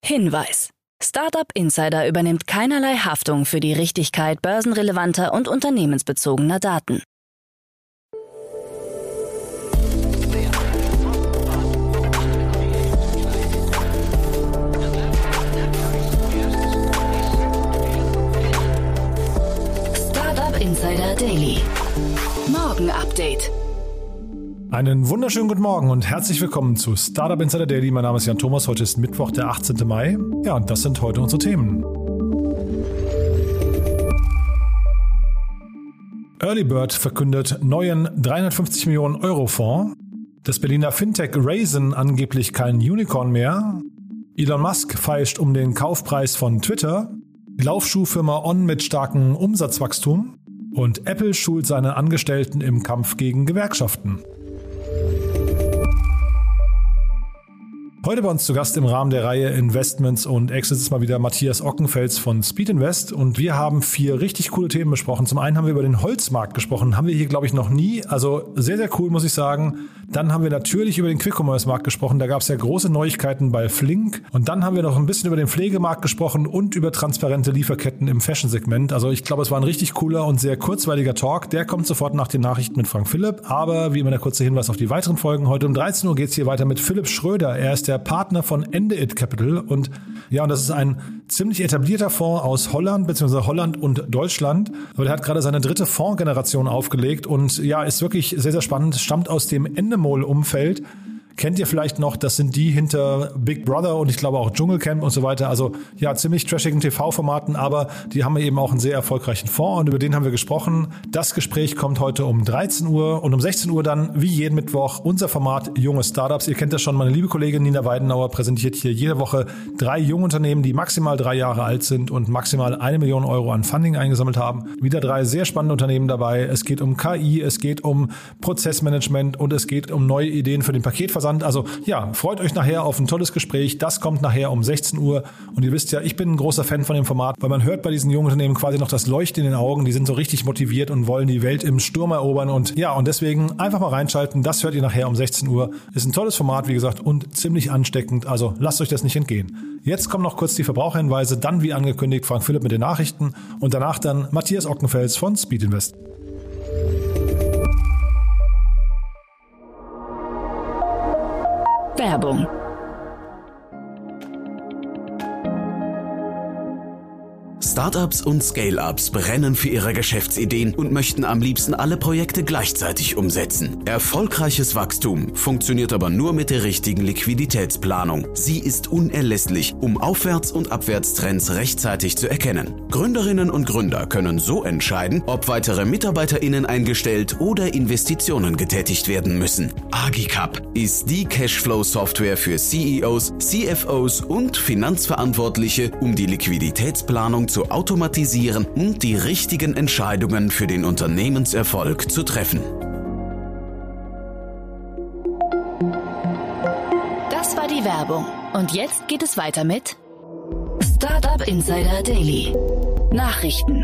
Hinweis: Startup Insider übernimmt keinerlei Haftung für die Richtigkeit börsenrelevanter und unternehmensbezogener Daten. Startup Insider Daily. Morgen Update. Einen wunderschönen guten Morgen und herzlich willkommen zu Startup Insider Daily. Mein Name ist Jan Thomas. Heute ist Mittwoch, der 18. Mai. Ja, und das sind heute unsere Themen. Earlybird verkündet neuen 350 Millionen Euro Fonds. Das Berliner Fintech Raisin angeblich kein Unicorn mehr. Elon Musk feilscht um den Kaufpreis von Twitter. Die Laufschuhfirma On mit starkem Umsatzwachstum. Und Apple schult seine Angestellten im Kampf gegen Gewerkschaften. Heute bei uns zu Gast im Rahmen der Reihe Investments und Exits ist mal wieder Matthias Ockenfels von Speed Invest und wir haben 4 richtig coole Themen besprochen. Zum einen haben wir über den Holzmarkt gesprochen, haben wir hier glaube ich noch nie, also sehr, sehr cool muss ich sagen. Dann haben wir natürlich über den Quick-Commerce-Markt gesprochen, da gab es ja große Neuigkeiten bei Flink und dann haben wir noch ein bisschen über den Pflegemarkt gesprochen und über transparente Lieferketten im Fashion-Segment. Also ich glaube, es war ein richtig cooler und sehr kurzweiliger Talk, der kommt sofort nach den Nachrichten mit Frank Philipp, aber wie immer der kurze Hinweis auf die weiteren Folgen. Heute um 13 Uhr geht es hier weiter mit Philipp Schröder, er ist der Partner von Ende-It Capital und ja, und das ist ein ziemlich etablierter Fonds aus Holland bzw. Holland und Deutschland, aber der hat gerade seine 3. Fondsgeneration aufgelegt und ja, ist wirklich sehr, sehr spannend, stammt aus dem Endemol-Umfeld. Kennt ihr vielleicht noch, das sind die hinter Big Brother und ich glaube auch Dschungelcamp und so weiter. Also ja, ziemlich trashigen TV-Formaten, aber die haben eben auch einen sehr erfolgreichen Fonds und über den haben wir gesprochen. Das Gespräch kommt heute um 13 Uhr und um 16 Uhr dann, wie jeden Mittwoch, unser Format Junge Startups. Ihr kennt das schon, meine liebe Kollegin Nina Weidenauer präsentiert hier jede Woche 3 Jungunternehmen, die maximal 3 Jahre alt sind und maximal 1 Million Euro an Funding eingesammelt haben. Wieder 3 sehr spannende Unternehmen dabei. Es geht um KI, es geht um Prozessmanagement und es geht um neue Ideen für den Paketversand. Also ja, freut euch nachher auf ein tolles Gespräch. Das kommt nachher um 16 Uhr. Und ihr wisst ja, ich bin ein großer Fan von dem Format, weil man hört bei diesen jungen Unternehmen quasi noch das Leuchten in den Augen. Die sind so richtig motiviert und wollen die Welt im Sturm erobern. Und ja, und deswegen einfach mal reinschalten. Das hört ihr nachher um 16 Uhr. Ist ein tolles Format, wie gesagt, und ziemlich ansteckend. Also lasst euch das nicht entgehen. Jetzt kommen noch kurz die Verbraucherhinweise. Dann, wie angekündigt, Frank Philipp mit den Nachrichten. Und danach dann Matthias Ockenfels von Speed Invest. Werbung. Startups und Scale-Ups brennen für ihre Geschäftsideen und möchten am liebsten alle Projekte gleichzeitig umsetzen. Erfolgreiches Wachstum funktioniert aber nur mit der richtigen Liquiditätsplanung. Sie ist unerlässlich, um Aufwärts- und Abwärtstrends rechtzeitig zu erkennen. Gründerinnen und Gründer können so entscheiden, ob weitere MitarbeiterInnen eingestellt oder Investitionen getätigt werden müssen. Agicap ist die Cashflow-Software für CEOs, CFOs und Finanzverantwortliche, um die Liquiditätsplanung zu automatisieren und die richtigen Entscheidungen für den Unternehmenserfolg zu treffen. Das war die Werbung. Und jetzt geht es weiter mit Startup Insider Daily. Nachrichten.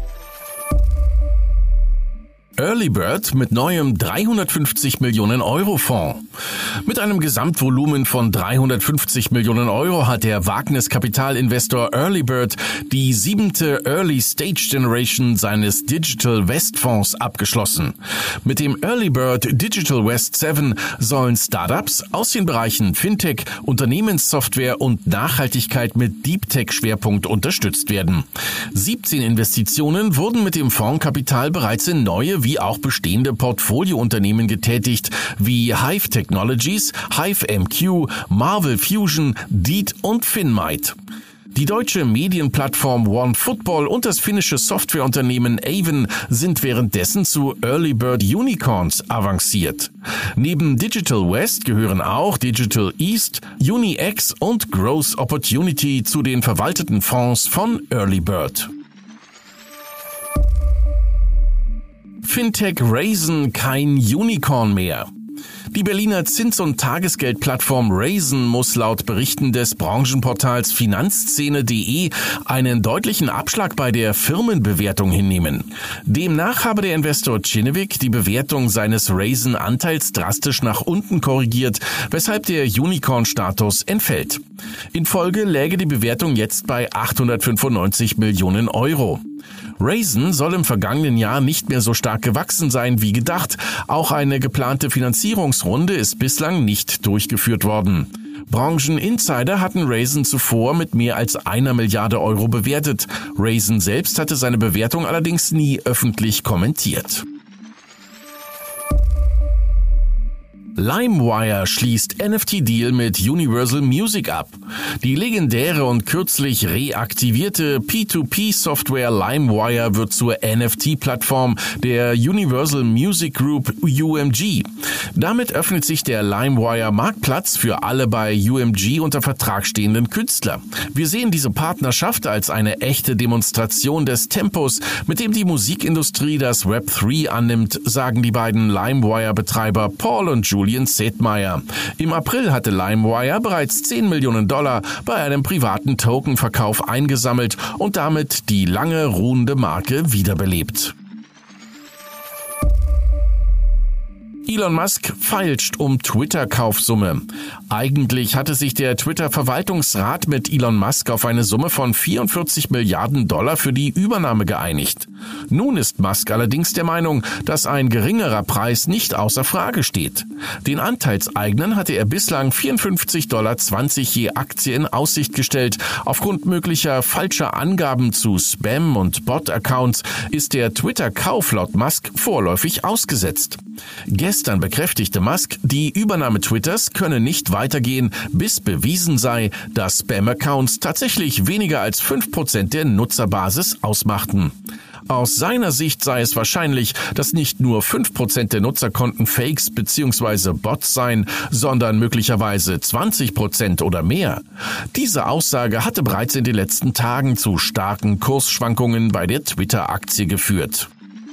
Earlybird mit neuem 350 Millionen Euro Fonds. Mit einem Gesamtvolumen von 350 Millionen Euro hat der Wagniskapitalinvestor Earlybird die 7. Early Stage Generation seines Digital West Fonds abgeschlossen. Mit dem Earlybird Digital West 7 sollen Startups aus den Bereichen Fintech, Unternehmenssoftware und Nachhaltigkeit mit Deep Tech Schwerpunkt unterstützt werden. 17 Investitionen wurden mit dem Fondskapital bereits in neue wie auch bestehende Portfoliounternehmen getätigt, wie Hive Technologies, Hive MQ, Marvel Fusion, Deed und Finmite. Die deutsche Medienplattform OneFootball und das finnische Softwareunternehmen Avon sind währenddessen zu Earlybird Unicorns avanciert. Neben Digital West gehören auch Digital East, UniX und Growth Opportunity zu den verwalteten Fonds von Earlybird. Fintech Raisin kein Unicorn mehr. Die Berliner Zins- und Tagesgeldplattform Raisin muss laut Berichten des Branchenportals Finanzszene.de einen deutlichen Abschlag bei der Firmenbewertung hinnehmen. Demnach habe der Investor Kinnevik die Bewertung seines Raisin-Anteils drastisch nach unten korrigiert, weshalb der Unicorn-Status entfällt. In Folge läge die Bewertung jetzt bei 895 Millionen Euro. Raisin soll im vergangenen Jahr nicht mehr so stark gewachsen sein wie gedacht. Auch eine geplante Finanzierungsrunde ist bislang nicht durchgeführt worden. Brancheninsider hatten Raisin zuvor mit mehr als 1 Milliarde Euro bewertet. Raisin selbst hatte seine Bewertung allerdings nie öffentlich kommentiert. LimeWire schließt NFT-Deal mit Universal Music ab. Die legendäre und kürzlich reaktivierte P2P-Software LimeWire wird zur NFT-Plattform der Universal Music Group UMG. Damit öffnet sich der LimeWire-Marktplatz für alle bei UMG unter Vertrag stehenden Künstler. Wir sehen diese Partnerschaft als eine echte Demonstration des Tempos, mit dem die Musikindustrie das Web3 annimmt, sagen die beiden LimeWire-Betreiber Paul und Julian Sedmeyer. Im April hatte LimeWire bereits $10 Millionen bei einem privaten Tokenverkauf eingesammelt und damit die lange ruhende Marke wiederbelebt. Elon Musk feilscht um Twitter-Kaufsumme. Eigentlich hatte sich der Twitter-Verwaltungsrat mit Elon Musk auf eine Summe von $44 Milliarden für die Übernahme geeinigt. Nun ist Musk allerdings der Meinung, dass ein geringerer Preis nicht außer Frage steht. Den Anteilseignern hatte er bislang $54,20 je Aktie in Aussicht gestellt. Aufgrund möglicher falscher Angaben zu Spam- und Bot-Accounts ist der Twitter-Kauf laut Musk vorläufig ausgesetzt. Gestern bekräftigte Musk, die Übernahme Twitters könne nicht weitergehen, bis bewiesen sei, dass Spam-Accounts tatsächlich weniger als 5% der Nutzerbasis ausmachten. Aus seiner Sicht sei es wahrscheinlich, dass nicht nur 5% der Nutzerkonten Fakes bzw. Bots seien, sondern möglicherweise 20% oder mehr. Diese Aussage hatte bereits in den letzten Tagen zu starken Kursschwankungen bei der Twitter-Aktie geführt.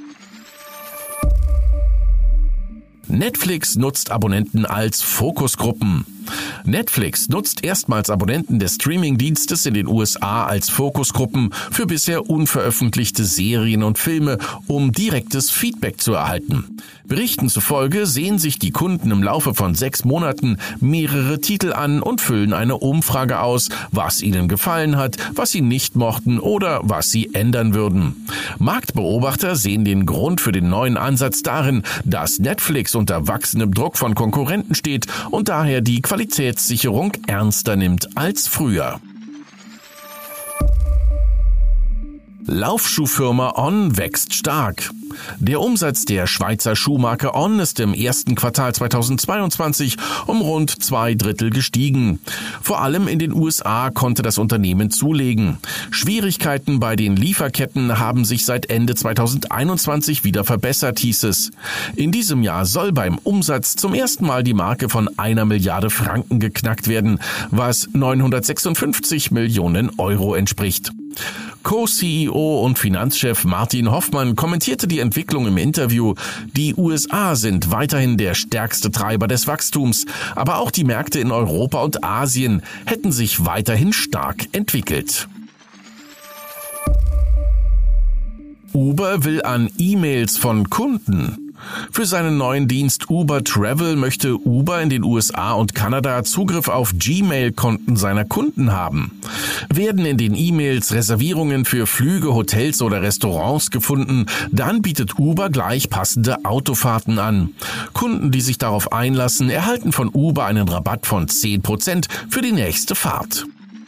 Netflix nutzt Abonnenten als Fokusgruppen. Netflix nutzt erstmals Abonnenten des Streamingdienstes in den USA als Fokusgruppen für bisher unveröffentlichte Serien und Filme, um direktes Feedback zu erhalten. Berichten zufolge sehen sich die Kunden im Laufe von 6 Monaten mehrere Titel an und füllen eine Umfrage aus, was ihnen gefallen hat, was sie nicht mochten oder was sie ändern würden. Marktbeobachter sehen den Grund für den neuen Ansatz darin, dass Netflix unter wachsendem Druck von Konkurrenten steht und daher die Qualitätssicherung ernster nimmt als früher. Laufschuhfirma On wächst stark. Der Umsatz der Schweizer Schuhmarke On ist im ersten Quartal 2022 um rund 2/3 gestiegen. Vor allem in den USA konnte das Unternehmen zulegen. Schwierigkeiten bei den Lieferketten haben sich seit Ende 2021 wieder verbessert, hieß es. In diesem Jahr soll beim Umsatz zum ersten Mal die Marke von 1 Milliarde Franken geknackt werden, was 956 Millionen Euro entspricht. Co-CEO und Finanzchef Martin Hoffmann kommentierte die Entwicklung im Interview. Die USA sind weiterhin der stärkste Treiber des Wachstums, aber auch die Märkte in Europa und Asien hätten sich weiterhin stark entwickelt. Uber will an E-Mails von Kunden. Für seinen neuen Dienst Uber Travel möchte Uber in den USA und Kanada Zugriff auf Gmail-Konten seiner Kunden haben. Werden in den E-Mails Reservierungen für Flüge, Hotels oder Restaurants gefunden, dann bietet Uber gleich passende Autofahrten an. Kunden, die sich darauf einlassen, erhalten von Uber einen Rabatt von 10% für die nächste Fahrt.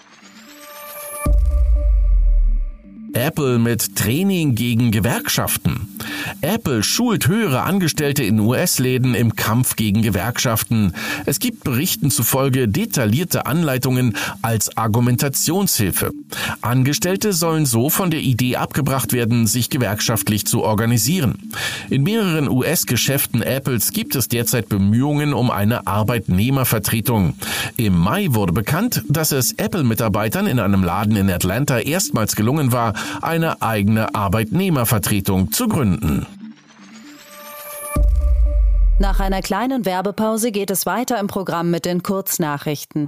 Apple mit Training gegen Gewerkschaften. Apple schult höhere Angestellte in US-Läden im Kampf gegen Gewerkschaften. Es gibt Berichten zufolge detaillierte Anleitungen als Argumentationshilfe. Angestellte sollen so von der Idee abgebracht werden, sich gewerkschaftlich zu organisieren. In mehreren US-Geschäften Apples gibt es derzeit Bemühungen um eine Arbeitnehmervertretung. Im Mai wurde bekannt, dass es Apple-Mitarbeitern in einem Laden in Atlanta erstmals gelungen war, eine eigene Arbeitnehmervertretung zu gründen. Nach einer kleinen Werbepause geht es weiter im Programm mit den Kurznachrichten.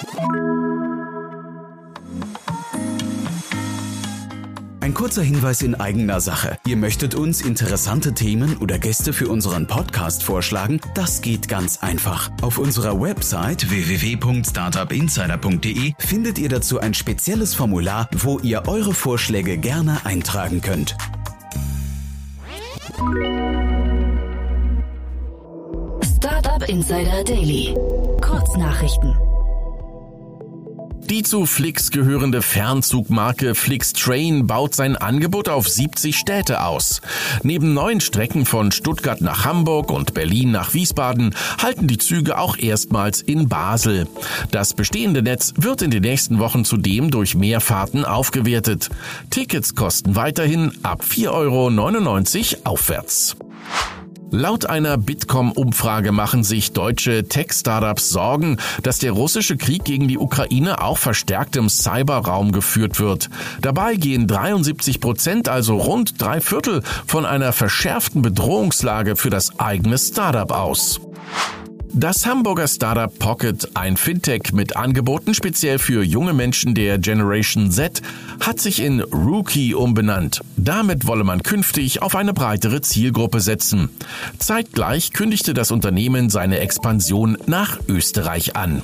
Ein kurzer Hinweis in eigener Sache. Ihr möchtet uns interessante Themen oder Gäste für unseren Podcast vorschlagen? Das geht ganz einfach. Auf unserer Website www.startupinsider.de findet ihr dazu ein spezielles Formular, wo ihr eure Vorschläge gerne eintragen könnt. Startup Insider Daily. Kurznachrichten. Die zu Flix gehörende Fernzugmarke Flixtrain baut sein Angebot auf 70 Städte aus. Neben neuen Strecken von Stuttgart nach Hamburg und Berlin nach Wiesbaden halten die Züge auch erstmals in Basel. Das bestehende Netz wird in den nächsten Wochen zudem durch mehr Fahrten aufgewertet. Tickets kosten weiterhin ab 4,99 € aufwärts. Laut einer Bitkom-Umfrage machen sich deutsche Tech-Startups Sorgen, dass der russische Krieg gegen die Ukraine auch verstärkt im Cyberraum geführt wird. Dabei gehen 73%, also rund 3/4, von einer verschärften Bedrohungslage für das eigene Startup aus. Das Hamburger Startup Pocket, ein Fintech mit Angeboten speziell für junge Menschen der Generation Z, hat sich in Rookie umbenannt. Damit wolle man künftig auf eine breitere Zielgruppe setzen. Zeitgleich kündigte das Unternehmen seine Expansion nach Österreich an.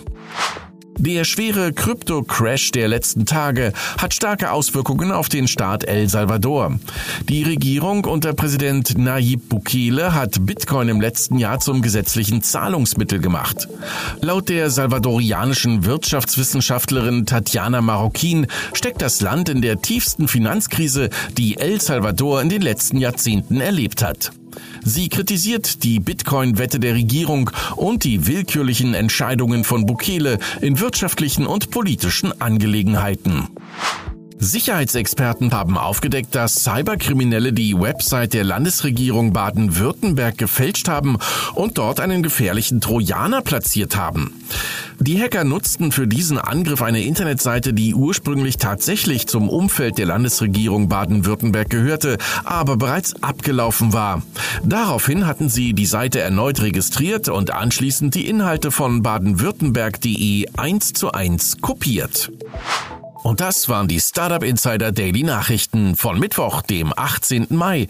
Der schwere Krypto-Crash der letzten Tage hat starke Auswirkungen auf den Staat El Salvador. Die Regierung unter Präsident Nayib Bukele hat Bitcoin im letzten Jahr zum gesetzlichen Zahlungsmittel gemacht. Laut der salvadorianischen Wirtschaftswissenschaftlerin Tatjana Marroquin steckt das Land in der tiefsten Finanzkrise, die El Salvador in den letzten Jahrzehnten erlebt hat. Sie kritisiert die Bitcoin-Wette der Regierung und die willkürlichen Entscheidungen von Bukele in wirtschaftlichen und politischen Angelegenheiten. Sicherheitsexperten haben aufgedeckt, dass Cyberkriminelle die Website der Landesregierung Baden-Württemberg gefälscht haben und dort einen gefährlichen Trojaner platziert haben. Die Hacker nutzten für diesen Angriff eine Internetseite, die ursprünglich tatsächlich zum Umfeld der Landesregierung Baden-Württemberg gehörte, aber bereits abgelaufen war. Daraufhin hatten sie die Seite erneut registriert und anschließend die Inhalte von baden-württemberg.de 1:1 kopiert. Und das waren die Startup Insider Daily Nachrichten von Mittwoch, dem 18. Mai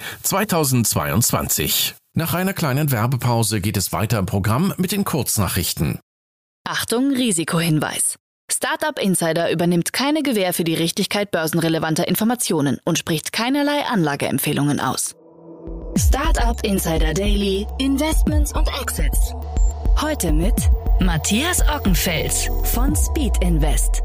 2022. Nach einer kleinen Werbepause geht es weiter im Programm mit den Kurznachrichten. Achtung, Risikohinweis. Startup Insider übernimmt keine Gewähr für die Richtigkeit börsenrelevanter Informationen und spricht keinerlei Anlageempfehlungen aus. Startup Insider Daily, Investments und Exits. Heute mit Matthias Ockenfels von Speed Invest.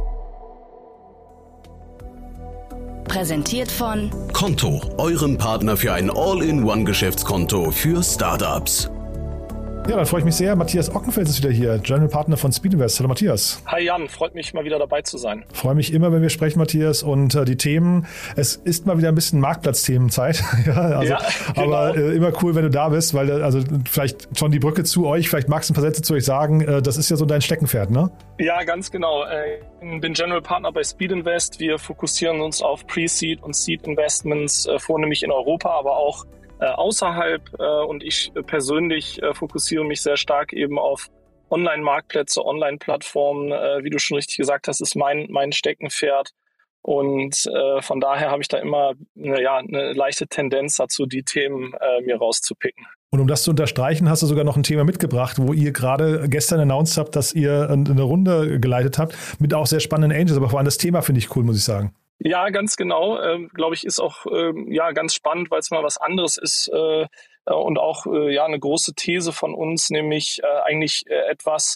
Präsentiert von Konto, eurem Partner für ein All-in-One-Geschäftskonto für Startups. Ja, dann freue ich mich sehr. Matthias Ockenfels ist wieder hier, General Partner von Speed Invest. Hallo Matthias. Hi Jan, freut mich mal wieder dabei zu sein. Freue mich immer, wenn wir sprechen, Matthias. Und die Themen, es ist mal wieder ein bisschen Marktplatzthemenzeit. Ja, genau. Aber immer cool, wenn du da bist, weil also vielleicht schon die Brücke zu euch, vielleicht magst du ein paar Sätze zu euch sagen. Das ist ja so dein Steckenpferd, ne? Ja, ganz genau. Ich bin General Partner bei Speed Invest. Wir fokussieren uns auf Pre-Seed und Seed Investments, vornehmlich in Europa, aber auch außerhalb, und ich persönlich fokussiere mich sehr stark eben auf Online-Marktplätze, Online-Plattformen. Wie du schon richtig gesagt hast, ist mein Steckenpferd, und von daher habe ich da immer eine leichte Tendenz dazu, die Themen mir rauszupicken. Und um das zu unterstreichen, hast du sogar noch ein Thema mitgebracht, wo ihr gerade gestern announced habt, dass ihr eine Runde geleitet habt mit auch sehr spannenden Angels, aber vor allem das Thema finde ich cool, muss ich sagen. Ja, ganz genau. Glaube ich, ist auch ganz spannend, weil es mal was anderes ist, und auch eine große These von uns, nämlich eigentlich etwas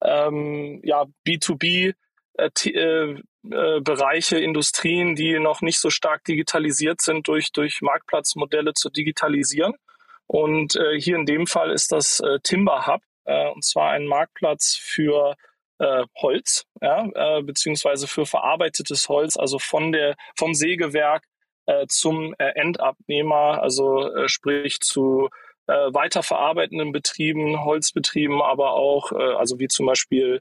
B2B Bereiche, Industrien, die noch nicht so stark digitalisiert sind, durch Marktplatzmodelle zu digitalisieren. Und hier in dem Fall ist das Timber Hub, und zwar ein Marktplatz für Holz, beziehungsweise für verarbeitetes Holz, also vom Sägewerk zum Endabnehmer, also sprich zu weiterverarbeitenden Betrieben, Holzbetrieben, aber auch, also wie zum Beispiel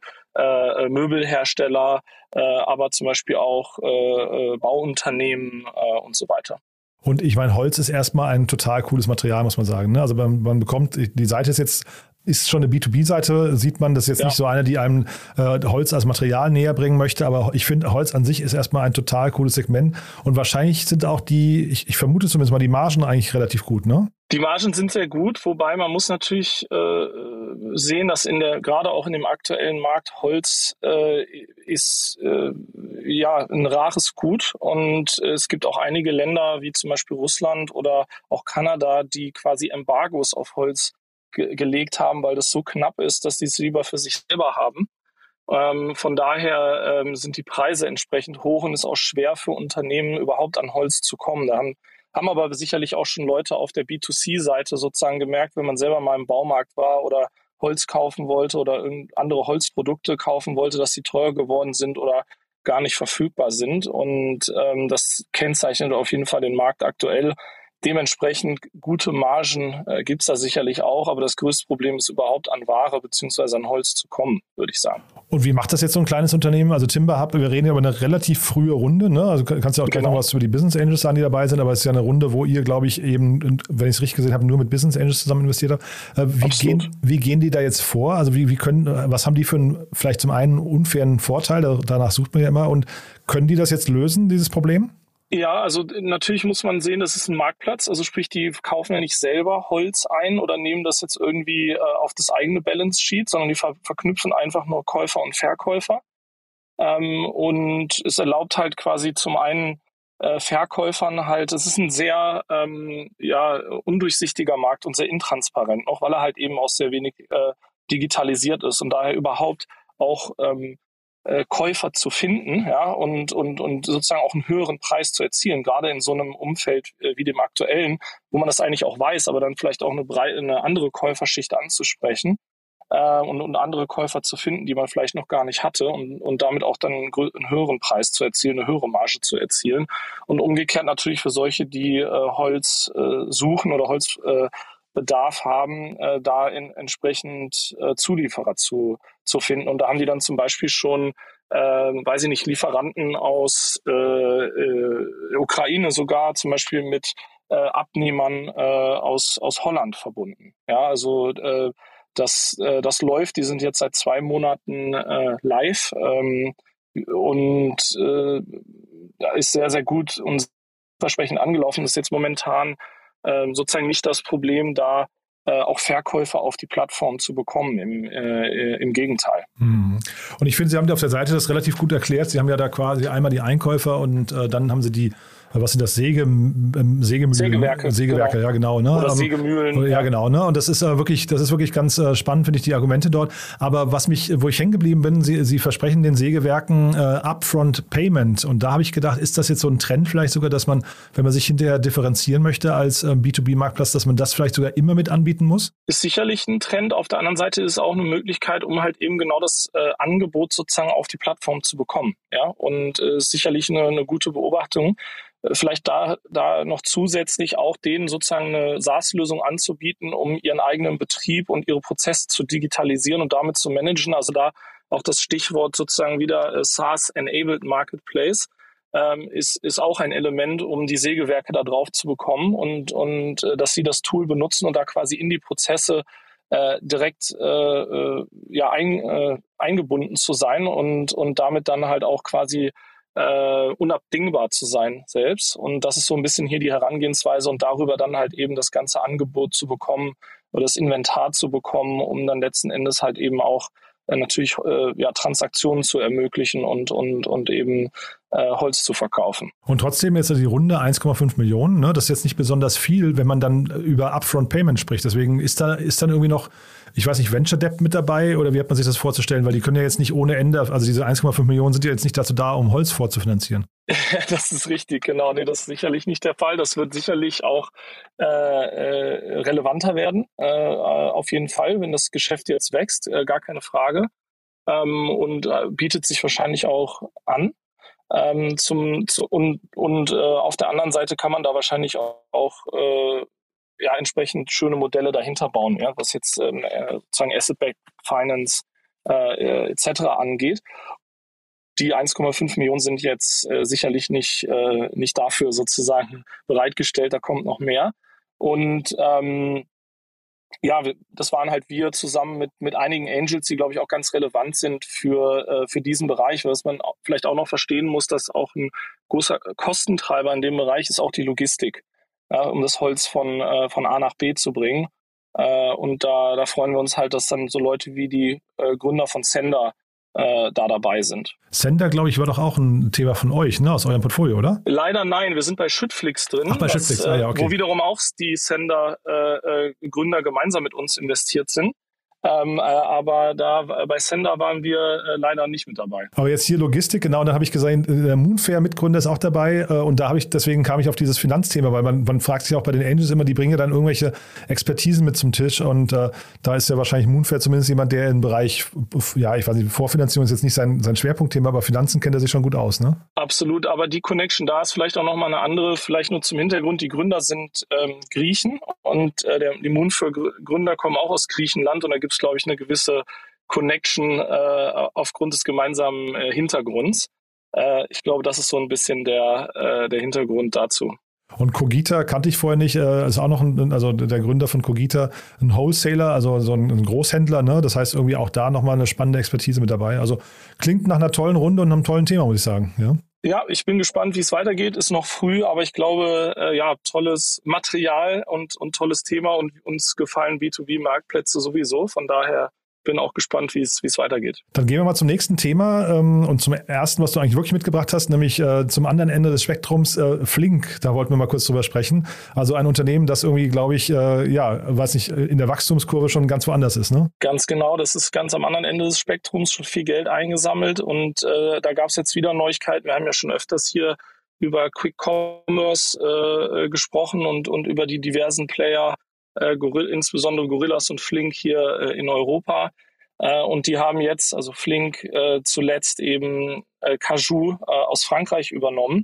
Möbelhersteller, aber zum Beispiel auch Bauunternehmen und so weiter. Und ich meine, Holz ist erstmal ein total cooles Material, muss man sagen. Ne? Also man bekommt, die Seite ist schon eine B2B-Seite, sieht man, das ist jetzt nicht so eine, die einem Holz als Material näher bringen möchte, aber ich finde, Holz an sich ist erstmal ein total cooles Segment und wahrscheinlich sind auch ich vermute zumindest mal, die Margen eigentlich relativ gut, ne? Die Margen sind sehr gut, wobei man muss natürlich sehen, dass gerade auch in dem aktuellen Markt Holz ist ein rares Gut und es gibt auch einige Länder wie zum Beispiel Russland oder auch Kanada, die quasi Embargos auf Holz gelegt haben, weil das so knapp ist, dass die es lieber für sich selber haben. Von daher sind die Preise entsprechend hoch und es ist auch schwer für Unternehmen überhaupt an Holz zu kommen. Da haben aber sicherlich auch schon Leute auf der B2C-Seite sozusagen gemerkt, wenn man selber mal im Baumarkt war oder Holz kaufen wollte oder andere Holzprodukte kaufen wollte, dass sie teuer geworden sind oder gar nicht verfügbar sind. Und das kennzeichnet auf jeden Fall den Markt aktuell. Dementsprechend gute Margen gibt es da sicherlich auch, aber das größte Problem ist überhaupt an Ware bzw. an Holz zu kommen, würde ich sagen. Und wie macht das jetzt so ein kleines Unternehmen? Also Timber Hub, wir reden ja über eine relativ frühe Runde, ne? Also kannst du auch gleich noch was über die Business Angels sagen, die dabei sind, aber es ist ja eine Runde, wo ihr, glaube ich, eben, wenn ich es richtig gesehen habe, nur mit Business Angels zusammen investiert habt. Wie gehen die da jetzt vor? Also was haben die für vielleicht zum einen unfairen Vorteil, danach sucht man ja immer, und können die das jetzt lösen, dieses Problem? Ja, also natürlich muss man sehen, das ist ein Marktplatz, also sprich, die kaufen ja nicht selber Holz ein oder nehmen das jetzt irgendwie auf das eigene Balance Sheet, sondern die verknüpfen einfach nur Käufer und Verkäufer. Und es erlaubt halt quasi zum einen Verkäufern halt, es ist ein sehr undurchsichtiger Markt und sehr intransparent, auch weil er halt eben auch sehr wenig digitalisiert ist und daher überhaupt auch Käufer zu finden, ja, und sozusagen auch einen höheren Preis zu erzielen, gerade in so einem Umfeld wie dem aktuellen, wo man das eigentlich auch weiß, aber dann vielleicht auch eine andere Käuferschicht anzusprechen und andere Käufer zu finden, die man vielleicht noch gar nicht hatte und damit auch dann einen höheren Preis zu erzielen, eine höhere Marge zu erzielen. Und umgekehrt natürlich für solche, die Holz suchen oder Holzbedarf haben, da entsprechend Zulieferer zu finden. Und da haben die dann zum Beispiel schon, Lieferanten aus Ukraine sogar, zum Beispiel mit Abnehmern aus Holland verbunden. Ja, also das läuft. Die sind jetzt seit 2 Monaten live und da ist sehr, sehr gut und versprechend angelaufen. Das ist jetzt momentan sozusagen nicht das Problem, da auch Verkäufer auf die Plattform zu bekommen, im Gegenteil. Und ich finde, Sie haben auf der Seite das relativ gut erklärt. Sie haben ja da quasi einmal die Einkäufer und dann haben Sie die, was sind das, Sägemühlen? Sägewerke, genau. Ja, genau. Ne? Oder Sägemühlen. Ja, genau. Ne? Und das ist wirklich ganz spannend, finde ich, die Argumente dort. Aber wo ich hängen geblieben bin, Sie versprechen den Sägewerken Upfront Payment. Und da habe ich gedacht, ist das jetzt so ein Trend vielleicht sogar, dass man, wenn man sich hinterher differenzieren möchte als B2B-Marktplatz, dass man das vielleicht sogar immer mit anbieten muss? Ist sicherlich ein Trend. Auf der anderen Seite ist es auch eine Möglichkeit, um halt eben genau das Angebot sozusagen auf die Plattform zu bekommen. Ja, und ist sicherlich eine gute Beobachtung. Vielleicht da noch zusätzlich auch denen sozusagen eine SaaS-Lösung anzubieten, um ihren eigenen Betrieb und ihre Prozesse zu digitalisieren und damit zu managen. Also da auch das Stichwort sozusagen wieder SaaS-Enabled Marketplace ist auch ein Element, um die Sägewerke da drauf zu bekommen und dass sie das Tool benutzen und da quasi in die Prozesse direkt eingebunden zu sein und damit dann halt auch quasi unabdingbar zu sein selbst. Und das ist so ein bisschen hier die Herangehensweise und darüber dann halt eben das ganze Angebot zu bekommen oder das Inventar zu bekommen, um dann letzten Endes halt eben auch natürlich Transaktionen zu ermöglichen und eben Holz zu verkaufen. Und trotzdem ist die Runde 1,5 Millionen. Ne? Das ist jetzt nicht besonders viel, wenn man dann über Upfront Payment spricht. Deswegen ist dann irgendwie noch, ich weiß nicht, Venture Debt mit dabei oder wie hat man sich das vorzustellen? Weil die können ja jetzt nicht ohne Ende, also diese 1,5 Millionen sind ja jetzt nicht dazu da, um Holz vorzufinanzieren. Das ist richtig, genau. Nee, das ist sicherlich nicht der Fall. Das wird sicherlich auch relevanter werden, auf jeden Fall, wenn das Geschäft jetzt wächst, gar keine Frage. Und bietet sich wahrscheinlich auch an. Auf der anderen Seite kann man da wahrscheinlich auch entsprechend schöne Modelle dahinter bauen, ja, was jetzt sozusagen Asset-Backed Finance etc. angeht. die 1,5 Millionen sind jetzt sicherlich nicht dafür sozusagen bereitgestellt, da kommt noch mehr. Und das waren halt wir zusammen mit einigen Angels, die, glaube ich, auch ganz relevant sind für diesen Bereich, was man vielleicht auch noch verstehen muss, dass auch ein großer Kostentreiber in dem Bereich ist auch die Logistik, um das Holz von A nach B zu bringen. Und da freuen wir uns halt, dass dann so Leute wie die Gründer von Sender da dabei sind. Sender, glaube ich, war doch auch ein Thema von euch, ne, aus eurem Portfolio, oder? Leider nein, wir sind bei Schüttflix drin. Ach, bei Schüttflix, ja, okay. Wo wiederum auch die Sender-Gründer gemeinsam mit uns investiert sind. Aber da bei Sender waren wir leider nicht mit dabei. Aber jetzt hier Logistik, genau, da habe ich gesehen, der Moonfair-Mitgründer ist auch dabei und deswegen kam ich auf dieses Finanzthema, weil man fragt sich auch bei den Angels immer, die bringen ja dann irgendwelche Expertisen mit zum Tisch und da ist ja wahrscheinlich Moonfair zumindest jemand, der im Bereich, ja, ich weiß nicht, Vorfinanzierung ist jetzt nicht sein Schwerpunktthema, aber Finanzen kennt er sich schon gut aus, ne? Absolut, aber die Connection da ist vielleicht auch nochmal eine andere, vielleicht nur zum Hintergrund, die Gründer sind Griechen und die Moonfair-Gründer kommen auch aus Griechenland und da gibt es, glaube ich, eine gewisse Connection aufgrund des gemeinsamen Hintergrunds. Ich glaube, das ist so ein bisschen der Hintergrund dazu. Und Cogita kannte ich vorher nicht, ist auch noch also der Gründer von Cogita, ein Wholesaler, also so ein Großhändler, ne? Das heißt irgendwie auch da nochmal eine spannende Expertise mit dabei. Also klingt nach einer tollen Runde und einem tollen Thema, muss ich sagen. Ja? Ja, ich bin gespannt, wie es weitergeht. Ist noch früh, aber ich glaube, tolles Material und tolles Thema und uns gefallen B2B-Marktplätze sowieso. Von daher bin auch gespannt, wie es weitergeht. Dann gehen wir mal zum nächsten Thema und zum ersten, was du eigentlich wirklich mitgebracht hast, nämlich zum anderen Ende des Spektrums, Flink. Da wollten wir mal kurz drüber sprechen. Also ein Unternehmen, das irgendwie, glaube ich, in der Wachstumskurve schon ganz woanders ist, ne? Ganz genau, das ist ganz am anderen Ende des Spektrums, schon viel Geld eingesammelt und da gab es jetzt wieder Neuigkeiten. Wir haben ja schon öfters hier über Quick Commerce gesprochen und über die diversen Player, insbesondere Gorillas und Flink hier in Europa. Und die haben jetzt, also Flink zuletzt eben Cajoo aus Frankreich übernommen.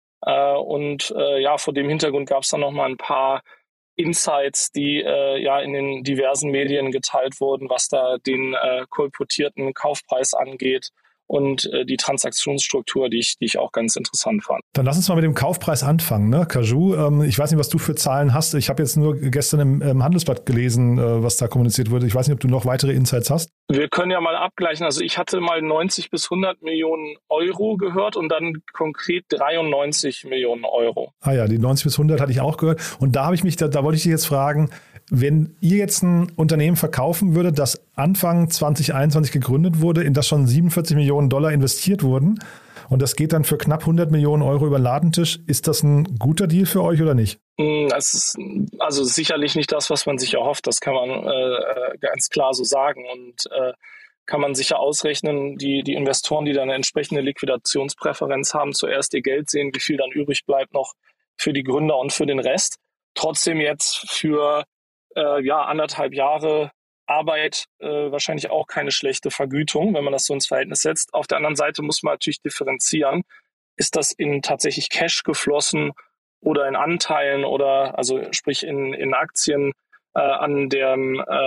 Vor dem Hintergrund gab es dann nochmal ein paar Insights, die in den diversen Medien geteilt wurden, was da den kolportierten Kaufpreis angeht. Und die Transaktionsstruktur, die ich auch ganz interessant fand. Dann lass uns mal mit dem Kaufpreis anfangen, ne? Cajoo, ich weiß nicht, was du für Zahlen hast. Ich habe jetzt nur gestern im Handelsblatt gelesen, was da kommuniziert wurde. Ich weiß nicht, ob du noch weitere Insights hast. Wir können ja mal abgleichen. Also ich hatte mal 90 bis 100 Millionen Euro gehört und dann konkret 93 Millionen Euro. Ah ja, die 90 bis 100 hatte ich auch gehört. Und da wollte ich dich jetzt fragen, wenn ihr jetzt ein Unternehmen verkaufen würdet, das Anfang 2021 gegründet wurde, in das schon 47 Millionen Dollar investiert wurden und das geht dann für knapp 100 Millionen Euro über den Ladentisch, ist das ein guter Deal für euch oder nicht? Es ist also sicherlich nicht das, was man sich erhofft, das kann man ganz klar so sagen und kann man sicher ausrechnen, die Investoren, die dann eine entsprechende Liquidationspräferenz haben, zuerst ihr Geld sehen, wie viel dann übrig bleibt noch für die Gründer und für den Rest. Trotzdem jetzt für 1,5 Jahre Arbeit wahrscheinlich auch keine schlechte Vergütung, wenn man das so ins Verhältnis setzt. Auf der anderen Seite muss man natürlich differenzieren. Ist das in tatsächlich Cash geflossen oder in Anteilen oder also sprich in Aktien an der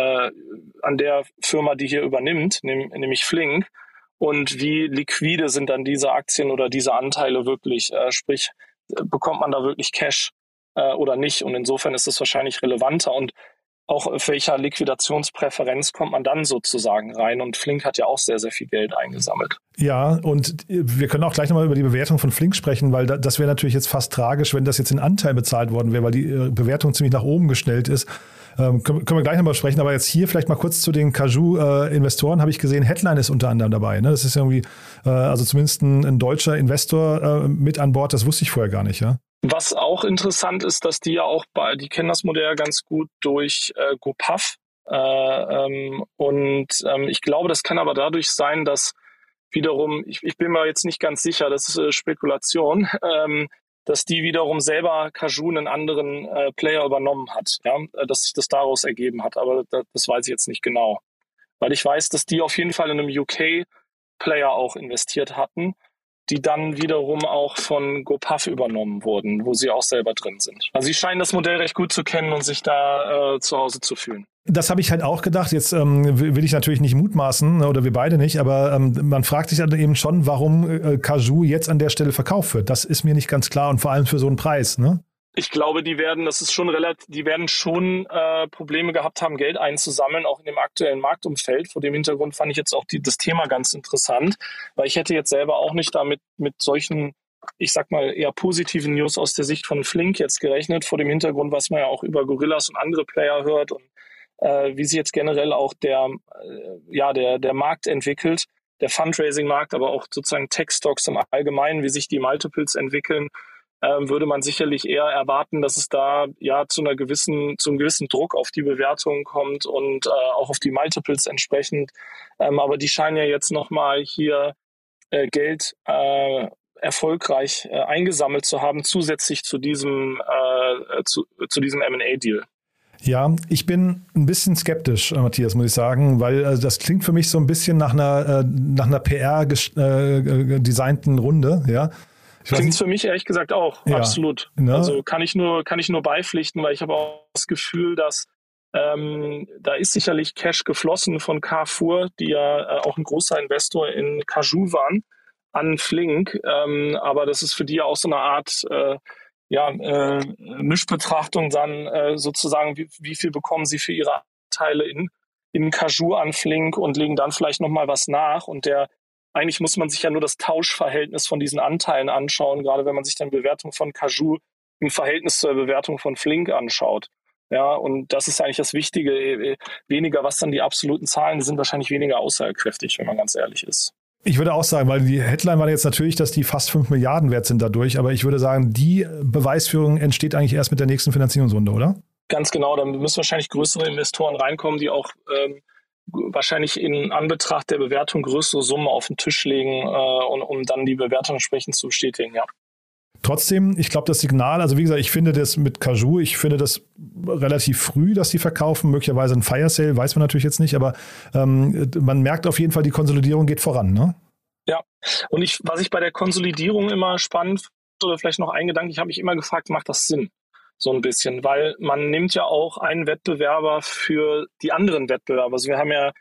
Firma, die hier übernimmt, nämlich Flink? Und wie liquide sind dann diese Aktien oder diese Anteile wirklich? Sprich, bekommt man da wirklich Cash oder nicht? Und insofern ist das wahrscheinlich relevanter. Und auch auf welcher Liquidationspräferenz kommt man dann sozusagen rein? Und Flink hat ja auch sehr, sehr viel Geld eingesammelt. Ja, und wir können auch gleich nochmal über die Bewertung von Flink sprechen, weil das wäre natürlich jetzt fast tragisch, wenn das jetzt in Anteil bezahlt worden wäre, weil die Bewertung ziemlich nach oben gestellt ist. Können wir gleich nochmal sprechen, aber jetzt hier vielleicht mal kurz zu den Cajoo-Investoren habe ich gesehen, Headline ist unter anderem dabei. Ne? Das ist irgendwie, also zumindest ein deutscher Investor mit an Bord, das wusste ich vorher gar nicht, ja. Was auch interessant ist, dass die ja auch die kennen das Modell ja ganz gut durch GoPuff. Ich glaube, das kann aber dadurch sein, dass wiederum, ich bin mir jetzt nicht ganz sicher, das ist Spekulation, dass die wiederum selber Cajoo einen anderen Player übernommen hat, ja, dass sich das daraus ergeben hat, aber das weiß ich jetzt nicht genau. Weil ich weiß, dass die auf jeden Fall in einem UK-Player auch investiert hatten, die dann wiederum auch von GoPuff übernommen wurden, wo sie auch selber drin sind. Also sie scheinen das Modell recht gut zu kennen und sich da zu Hause zu fühlen. Das habe ich halt auch gedacht. Jetzt will ich natürlich nicht mutmaßen, oder wir beide nicht, aber man fragt sich dann eben schon, warum Cajoo jetzt an der Stelle verkauft wird. Das ist mir nicht ganz klar und vor allem für so einen Preis, ne? Ich glaube, die werden schon Probleme gehabt haben, Geld einzusammeln, auch in dem aktuellen Marktumfeld. Vor dem Hintergrund fand ich jetzt auch das Thema ganz interessant, weil ich hätte jetzt selber auch nicht damit mit solchen, ich sag mal, eher positiven News aus der Sicht von Flink jetzt gerechnet, vor dem Hintergrund, was man ja auch über Gorillas und andere Player hört und wie sich jetzt generell auch der Markt entwickelt, der Fundraising-Markt, aber auch sozusagen Tech-Stocks im Allgemeinen, wie sich die Multiples entwickeln, würde man sicherlich eher erwarten, dass es da zu einem gewissen Druck auf die Bewertung kommt und auch auf die Multiples entsprechend. Aber die scheinen ja jetzt nochmal hier Geld erfolgreich eingesammelt zu haben, zusätzlich zu diesem M&A-Deal. Ja, ich bin ein bisschen skeptisch, Matthias, muss ich sagen, weil das klingt für mich so ein bisschen nach einer PR-designten Runde, ja. Klingt für mich ehrlich gesagt auch, ja, absolut. Ne? Also kann ich nur beipflichten, weil ich habe auch das Gefühl, dass da ist sicherlich Cash geflossen von Carrefour, die ja auch ein großer Investor in Cajoo waren, an Flink. Aber das ist für die ja auch so eine Art Mischbetrachtung dann sozusagen, wie viel bekommen sie für ihre Anteile in Cajoo an Flink und legen dann vielleicht nochmal was nach. Und eigentlich muss man sich ja nur das Tauschverhältnis von diesen Anteilen anschauen, gerade wenn man sich dann Bewertung von Cajoo im Verhältnis zur Bewertung von Flink anschaut. Ja, und das ist eigentlich das Wichtige. Weniger, was dann die absoluten Zahlen, die sind wahrscheinlich weniger aussagekräftig, wenn man ganz ehrlich ist. Ich würde auch sagen, weil die Headline war jetzt natürlich, dass die fast 5 Milliarden wert sind dadurch, aber ich würde sagen, die Beweisführung entsteht eigentlich erst mit der nächsten Finanzierungsrunde, oder? Ganz genau, da müssen wahrscheinlich größere Investoren reinkommen, die auch wahrscheinlich in Anbetracht der Bewertung größere Summen auf den Tisch legen, um dann die Bewertung entsprechend zu bestätigen, ja. Trotzdem, ich glaube, das Signal, also wie gesagt, ich finde das mit Cajoo, ich finde das relativ früh, dass die verkaufen, möglicherweise ein Fire Sale, weiß man natürlich jetzt nicht, aber man merkt auf jeden Fall, die Konsolidierung geht voran, ne? Ja, und was ich bei der Konsolidierung immer spannend oder vielleicht noch ein Gedanke, ich habe mich immer gefragt, macht das Sinn? So ein bisschen, weil man nimmt ja auch einen Wettbewerber für die anderen Wettbewerber. Also wir haben ja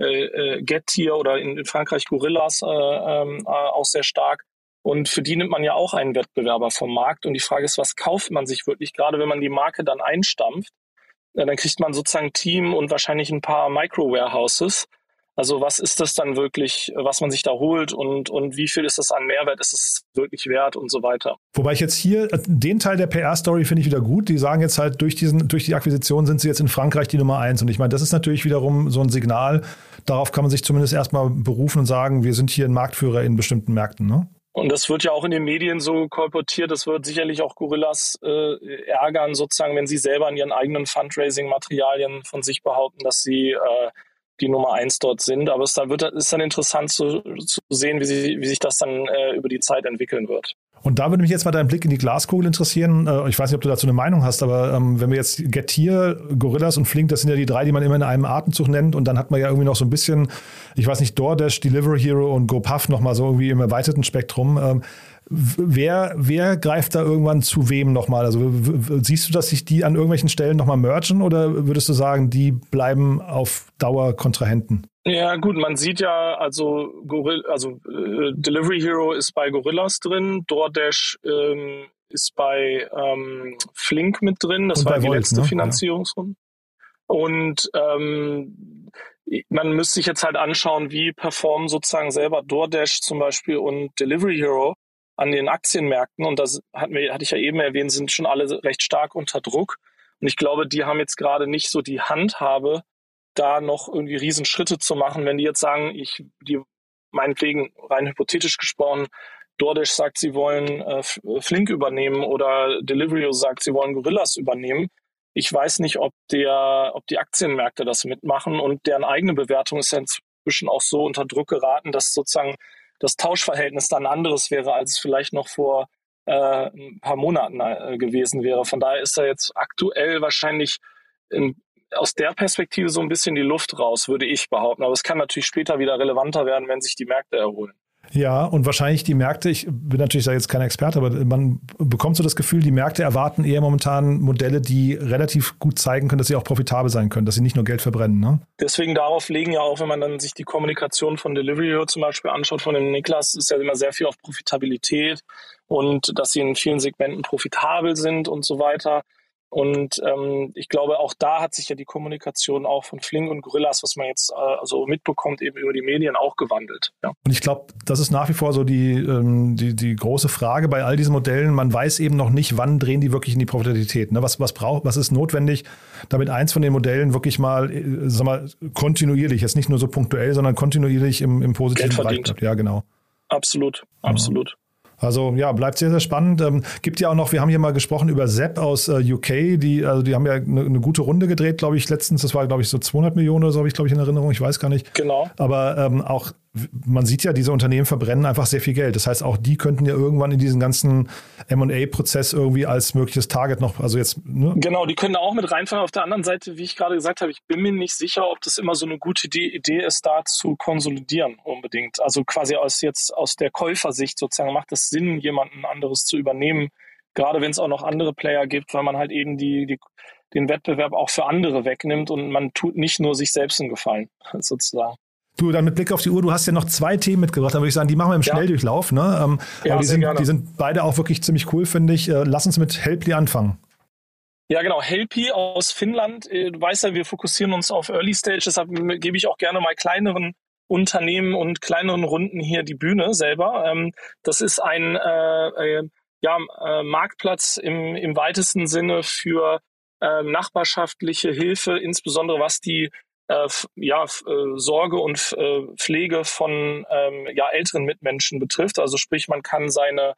Getir oder in Frankreich Gorillas auch sehr stark. Und für die nimmt man ja auch einen Wettbewerber vom Markt. Und die Frage ist, was kauft man sich wirklich? Gerade wenn man die Marke dann einstampft, dann kriegt man sozusagen ein Team und wahrscheinlich ein paar Micro-Warehouses. Also was ist das dann wirklich, was man sich da holt und wie viel ist das an Mehrwert, ist es wirklich wert und so weiter. Wobei ich jetzt hier, den Teil der PR-Story finde ich wieder gut. Die sagen jetzt halt, durch die Akquisition sind sie jetzt in Frankreich die Nummer 1. Und ich meine, das ist natürlich wiederum so ein Signal, darauf kann man sich zumindest erstmal berufen und sagen, wir sind hier ein Marktführer in bestimmten Märkten, ne? Und das wird ja auch in den Medien so kolportiert, das wird sicherlich auch Gorillas ärgern, sozusagen, wenn sie selber in ihren eigenen Fundraising-Materialien von sich behaupten, dass sie die Nummer 1 dort sind. Aber ist dann interessant zu sehen, wie sich das dann über die Zeit entwickeln wird. Und da würde mich jetzt mal dein Blick in die Glaskugel interessieren. Ich weiß nicht, ob du dazu eine Meinung hast, aber wenn wir jetzt Getir, Gorillas und Flink, das sind ja die 3, die man immer in einem Atemzug nennt. Und dann hat man ja irgendwie noch so ein bisschen, ich weiß nicht, DoorDash, Delivery Hero und GoPuff nochmal so irgendwie im erweiterten Spektrum. Wer greift da irgendwann zu wem nochmal? Also siehst du, dass sich die an irgendwelchen Stellen nochmal mergen oder würdest du sagen, die bleiben auf Dauer Kontrahenten? Ja gut, man sieht ja, also Delivery Hero ist bei Gorillas drin, DoorDash ist bei Flink mit drin, das war die letzte Finanzierungsrunde. Ja. Und man müsste sich jetzt halt anschauen, wie performen sozusagen selber DoorDash zum Beispiel und Delivery Hero an den Aktienmärkten. Und das hatte ich ja eben erwähnt, sind schon alle recht stark unter Druck. Und ich glaube, die haben jetzt gerade nicht so die Handhabe, da noch irgendwie Riesenschritte zu machen, wenn die jetzt sagen, die meinetwegen rein hypothetisch gesprochen, DoorDash sagt, sie wollen Flink übernehmen oder Deliveroo sagt, sie wollen Gorillas übernehmen. Ich weiß nicht, ob die Aktienmärkte das mitmachen und deren eigene Bewertung ist ja inzwischen auch so unter Druck geraten, dass sozusagen das Tauschverhältnis dann anderes wäre, als es vielleicht noch vor ein paar Monaten gewesen wäre. Von daher ist da jetzt aktuell wahrscheinlich aus der Perspektive so ein bisschen die Luft raus, würde ich behaupten. Aber es kann natürlich später wieder relevanter werden, wenn sich die Märkte erholen. Ja, und wahrscheinlich die Märkte, ich bin natürlich da jetzt kein Experte, aber man bekommt so das Gefühl, die Märkte erwarten eher momentan Modelle, die relativ gut zeigen können, dass sie auch profitabel sein können, dass sie nicht nur Geld verbrennen. Ne? Deswegen darauf legen ja auch, wenn man dann sich die Kommunikation von Delivery Hero zum Beispiel anschaut, von dem Niklas, ist ja immer sehr viel auf Profitabilität und dass sie in vielen Segmenten profitabel sind und so weiter. Und ich glaube, auch da hat sich ja die Kommunikation auch von Flink und Gorillas, was man jetzt so mitbekommt, eben über die Medien auch gewandelt. Ja. Und ich glaube, das ist nach wie vor so die große Frage bei all diesen Modellen. Man weiß eben noch nicht, wann drehen die wirklich in die Profitabilität. Ne? Was ist notwendig, damit eins von den Modellen wirklich mal, kontinuierlich, jetzt nicht nur so punktuell, sondern kontinuierlich im positiven Bereich bleibt. Ja, genau. Absolut. Also ja, bleibt sehr, sehr spannend. Gibt ja auch noch, wir haben hier mal gesprochen über Zepp aus UK, die haben ja eine gute Runde gedreht, glaube ich, letztens. Das war, glaube ich, so 200 Millionen oder so, habe ich, glaube ich, in Erinnerung. Ich weiß gar nicht. Genau. Aber auch, man sieht ja, diese Unternehmen verbrennen einfach sehr viel Geld. Das heißt, auch die könnten ja irgendwann in diesen ganzen M&A-Prozess irgendwie als mögliches Target noch, also jetzt... Ne? Genau, die können auch mit reinfahren. Auf der anderen Seite, wie ich gerade gesagt habe, ich bin mir nicht sicher, ob das immer so eine gute Idee ist, da zu konsolidieren unbedingt. Also quasi aus der Käufersicht sozusagen macht es Sinn, jemanden anderes zu übernehmen, gerade wenn es auch noch andere Player gibt, weil man halt eben den Wettbewerb auch für andere wegnimmt und man tut nicht nur sich selbst einen Gefallen, sozusagen. Du, dann mit Blick auf die Uhr, du hast ja noch 2 Themen mitgebracht, dann würde ich sagen, die machen wir im Schnelldurchlauf. Ne? Aber die sind beide auch wirklich ziemlich cool, finde ich. Lass uns mit Helply anfangen. Ja, genau. Helply aus Finnland. Du weißt ja, wir fokussieren uns auf Early Stage, deshalb gebe ich auch gerne mal kleineren Unternehmen und kleineren Runden hier die Bühne selber. Das ist ein Marktplatz im weitesten Sinne für nachbarschaftliche Hilfe, insbesondere was die Sorge und Pflege von älteren Mitmenschen betrifft. Also sprich, man kann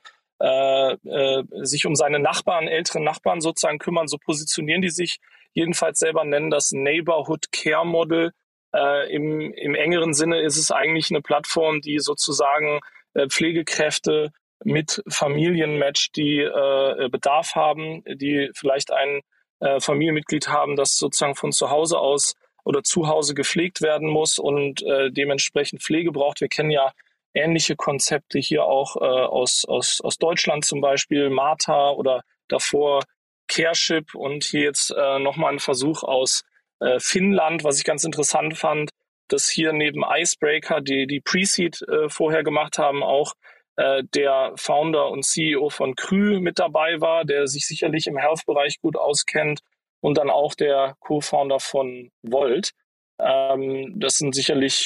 sich um seine älteren Nachbarn sozusagen kümmern. So positionieren die sich jedenfalls selber, nennen das Neighborhood Care Model. Im engeren Sinne ist es eigentlich eine Plattform, die sozusagen Pflegekräfte mit Familien matcht, die Bedarf haben, die vielleicht ein Familienmitglied haben, das sozusagen von zu Hause aus oder zu Hause gepflegt werden muss und dementsprechend Pflege braucht. Wir kennen ja ähnliche Konzepte hier auch aus Deutschland, zum Beispiel Martha oder davor Careship und hier jetzt nochmal ein Versuch aus Finnland, was ich ganz interessant fand, dass hier neben Icebreaker, die Pre-Seed vorher gemacht haben, auch der Founder und CEO von Krü mit dabei war, der sich sicherlich im Health-Bereich gut auskennt. Und dann auch der Co-Founder von Volt. Das sind sicherlich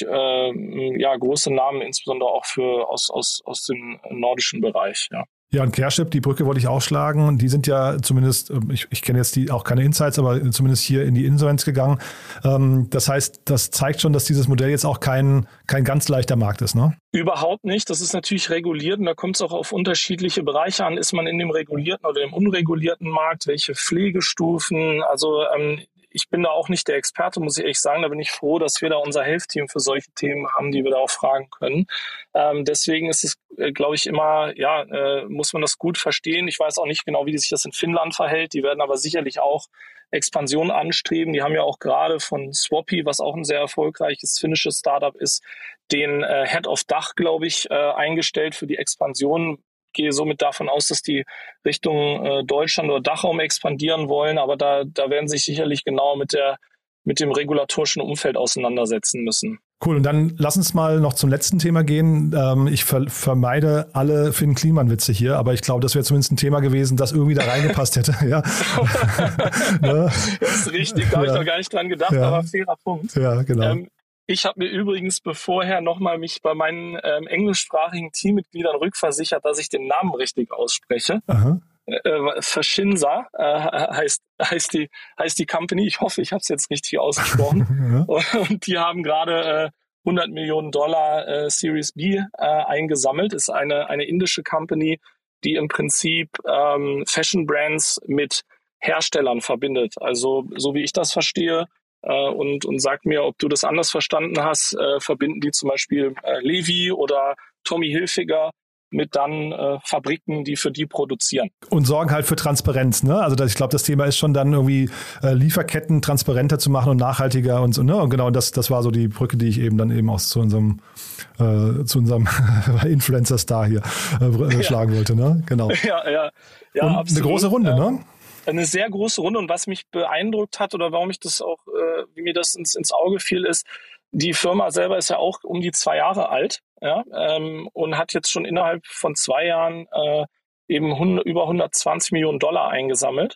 große Namen, insbesondere auch aus dem nordischen Bereich. Ja. Ja, und Careship, die Brücke wollte ich auch schlagen. Die sind ja zumindest, ich kenne jetzt auch keine Insights, aber zumindest hier in die Insolvenz gegangen. Das heißt, das zeigt schon, dass dieses Modell jetzt auch kein ganz leichter Markt ist, ne? Überhaupt nicht. Das ist natürlich reguliert und da kommt es auch auf unterschiedliche Bereiche an. Ist man in dem regulierten oder dem unregulierten Markt? Welche Pflegestufen? Also ich bin da auch nicht der Experte, muss ich ehrlich sagen. Da bin ich froh, dass wir da unser Health-Team für solche Themen haben, die wir da auch fragen können. Deswegen ist es, glaube ich, immer, muss man das gut verstehen. Ich weiß auch nicht genau, wie sich das in Finnland verhält. Die werden aber sicherlich auch Expansion anstreben. Die haben ja auch gerade von Swappy, was auch ein sehr erfolgreiches finnisches Startup ist, den Head of Dach, glaube ich, eingestellt für die Expansion. Gehe somit davon aus, dass die Richtung Deutschland oder Dachraum expandieren wollen, aber da werden sich sicherlich genau mit dem regulatorischen Umfeld auseinandersetzen müssen. Cool, und dann lass uns mal noch zum letzten Thema gehen. Ich vermeide alle Finn Kliman-Witze hier, aber ich glaube, das wäre zumindest ein Thema gewesen, das irgendwie da reingepasst hätte. Ja. Das ist richtig, da habe ich noch gar nicht dran gedacht, aber fairer Punkt. Ja, genau. Ich habe mir übrigens vorher nochmal mich bei meinen englischsprachigen Teammitgliedern rückversichert, dass ich den Namen richtig ausspreche. Aha. Fashinsa heißt die Company. Ich hoffe, ich habe es jetzt richtig ausgesprochen. Und die haben gerade $100 Millionen Series B eingesammelt. Ist eine indische Company, die im Prinzip Fashion Brands mit Herstellern verbindet. Also so wie ich das verstehe, und sag mir, ob du das anders verstanden hast, verbinden die zum Beispiel Levi oder Tommy Hilfiger mit dann Fabriken, die für die produzieren. Und sorgen halt für Transparenz, ne? Also ich glaube, das Thema ist schon dann irgendwie Lieferketten transparenter zu machen und nachhaltiger und so, ne? Und genau, das war so die Brücke, die ich eben dann eben auch zu unserem Influencer-Star hier schlagen wollte, ne? Genau. Ja, und absolut. Eine große Runde, ne? Eine sehr große Runde, und was mich beeindruckt hat oder warum ich das auch, wie mir das ins Auge fiel, ist, die Firma selber ist ja auch um die 2 Jahre alt, ja, und hat jetzt schon innerhalb von 2 Jahren eben über $120 Millionen eingesammelt,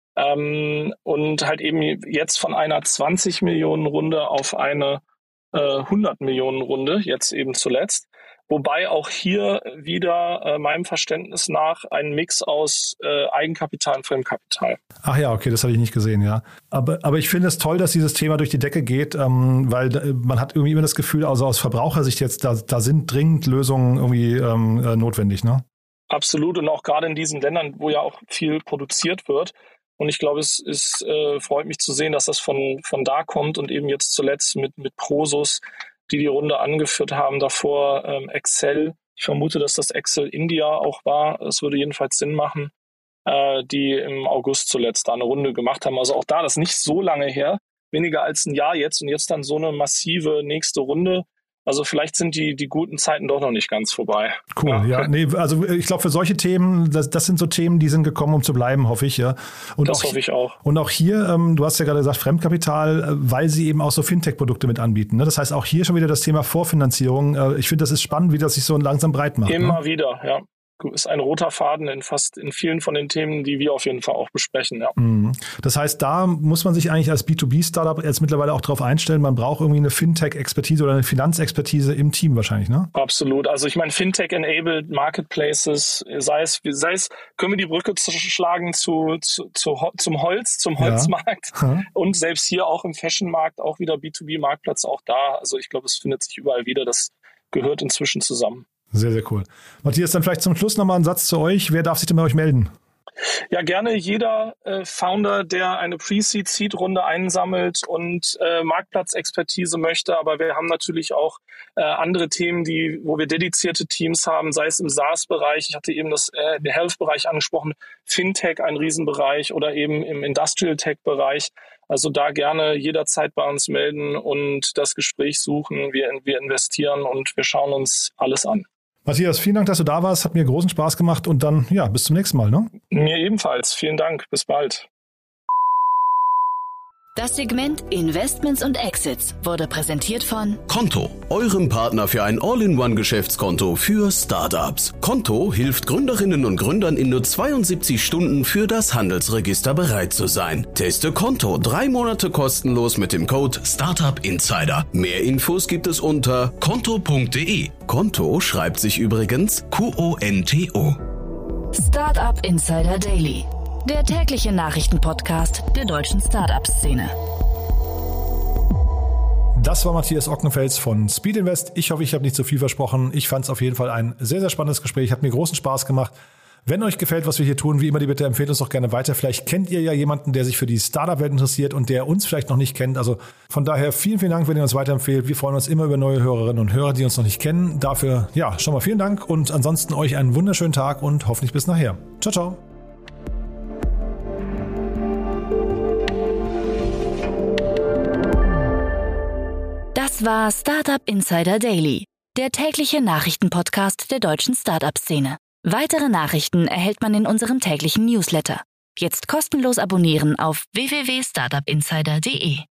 und halt eben jetzt von einer 20 Millionen Runde auf eine 100 Millionen Runde, jetzt eben zuletzt. Wobei auch hier wieder meinem Verständnis nach ein Mix aus Eigenkapital und Fremdkapital. Ach ja, okay, das hatte ich nicht gesehen, ja. Aber ich finde es toll, dass dieses Thema durch die Decke geht, weil man hat irgendwie immer das Gefühl, also aus Verbrauchersicht jetzt, da sind dringend Lösungen irgendwie notwendig, ne? Absolut, und auch gerade in diesen Ländern, wo ja auch viel produziert wird. Und ich glaube, es freut mich zu sehen, dass das von da kommt, und eben jetzt zuletzt mit Prosus, die Runde angeführt haben, davor Excel. Ich vermute, dass das Excel India auch war. Es würde jedenfalls Sinn machen, die im August zuletzt da eine Runde gemacht haben. Also auch da, das ist nicht so lange her, weniger als ein Jahr jetzt, und jetzt dann so eine massive nächste Runde. Also vielleicht sind die guten Zeiten doch noch nicht ganz vorbei. Cool, ja. Nee, also ich glaube, für solche Themen, das sind so Themen, die sind gekommen, um zu bleiben, hoffe ich, ja. Und das hoffe ich auch. Und auch hier, du hast ja gerade gesagt, Fremdkapital, weil sie eben auch so Fintech-Produkte mit anbieten, ne? Das heißt, auch hier schon wieder das Thema Vorfinanzierung. Ich finde, das ist spannend, wie das sich so langsam breit macht. Immer wieder, ja. Ist ein roter Faden in vielen von den Themen, die wir auf jeden Fall auch besprechen, ja. Das heißt, da muss man sich eigentlich als B2B-Startup jetzt mittlerweile auch drauf einstellen, man braucht irgendwie eine Fintech-Expertise oder eine Finanzexpertise im Team wahrscheinlich, ne? Absolut. Also ich meine, Fintech-enabled Marketplaces, sei es, können wir die Brücke schlagen zum Holzmarkt, ja. Und selbst hier auch im Fashion-Markt auch wieder B2B-Marktplatz auch da. Also ich glaube, es findet sich überall wieder. Das gehört inzwischen zusammen. Sehr, sehr cool. Matthias, dann vielleicht zum Schluss nochmal ein Satz zu euch. Wer darf sich denn bei euch melden? Ja, gerne jeder Founder, der eine Pre-Seed-Seed-Runde einsammelt und Marktplatzexpertise möchte. Aber wir haben natürlich auch andere Themen, wo wir dedizierte Teams haben, sei es im SaaS-Bereich. Ich hatte eben den Health-Bereich angesprochen, Fintech, ein Riesenbereich, oder eben im Industrial-Tech-Bereich. Also da gerne jederzeit bei uns melden und das Gespräch suchen. Wir investieren und wir schauen uns alles an. Matthias, vielen Dank, dass du da warst. Hat mir großen Spaß gemacht, und dann, ja, bis zum nächsten Mal, ne? Mir ebenfalls. Vielen Dank. Bis bald. Das Segment Investments und Exits wurde präsentiert von Konto, eurem Partner für ein All-in-One-Geschäftskonto für Startups. Konto hilft Gründerinnen und Gründern in nur 72 Stunden für das Handelsregister bereit zu sein. Teste Konto 3 Monate kostenlos mit dem Code StartupInsider. Mehr Infos gibt es unter konto.de. Konto schreibt sich übrigens Konto. Startup Insider Daily, der tägliche Nachrichtenpodcast der deutschen Startup-Szene. Das war Matthias Ockenfels von Speed Invest. Ich hoffe, ich habe nicht zu viel versprochen. Ich fand es auf jeden Fall ein sehr, sehr spannendes Gespräch. Hat mir großen Spaß gemacht. Wenn euch gefällt, was wir hier tun, wie immer die Bitte, empfehlt uns doch gerne weiter. Vielleicht kennt ihr ja jemanden, der sich für die Startup-Welt interessiert und der uns vielleicht noch nicht kennt. Also von daher vielen, vielen Dank, wenn ihr uns weiterempfehlt. Wir freuen uns immer über neue Hörerinnen und Hörer, die uns noch nicht kennen. Dafür, ja, schon mal vielen Dank, und ansonsten euch einen wunderschönen Tag und hoffentlich bis nachher. Ciao, ciao. Das war Startup Insider Daily, der tägliche Nachrichtenpodcast der deutschen Startup-Szene. Weitere Nachrichten erhält man in unserem täglichen Newsletter. Jetzt kostenlos abonnieren auf www.startupinsider.de.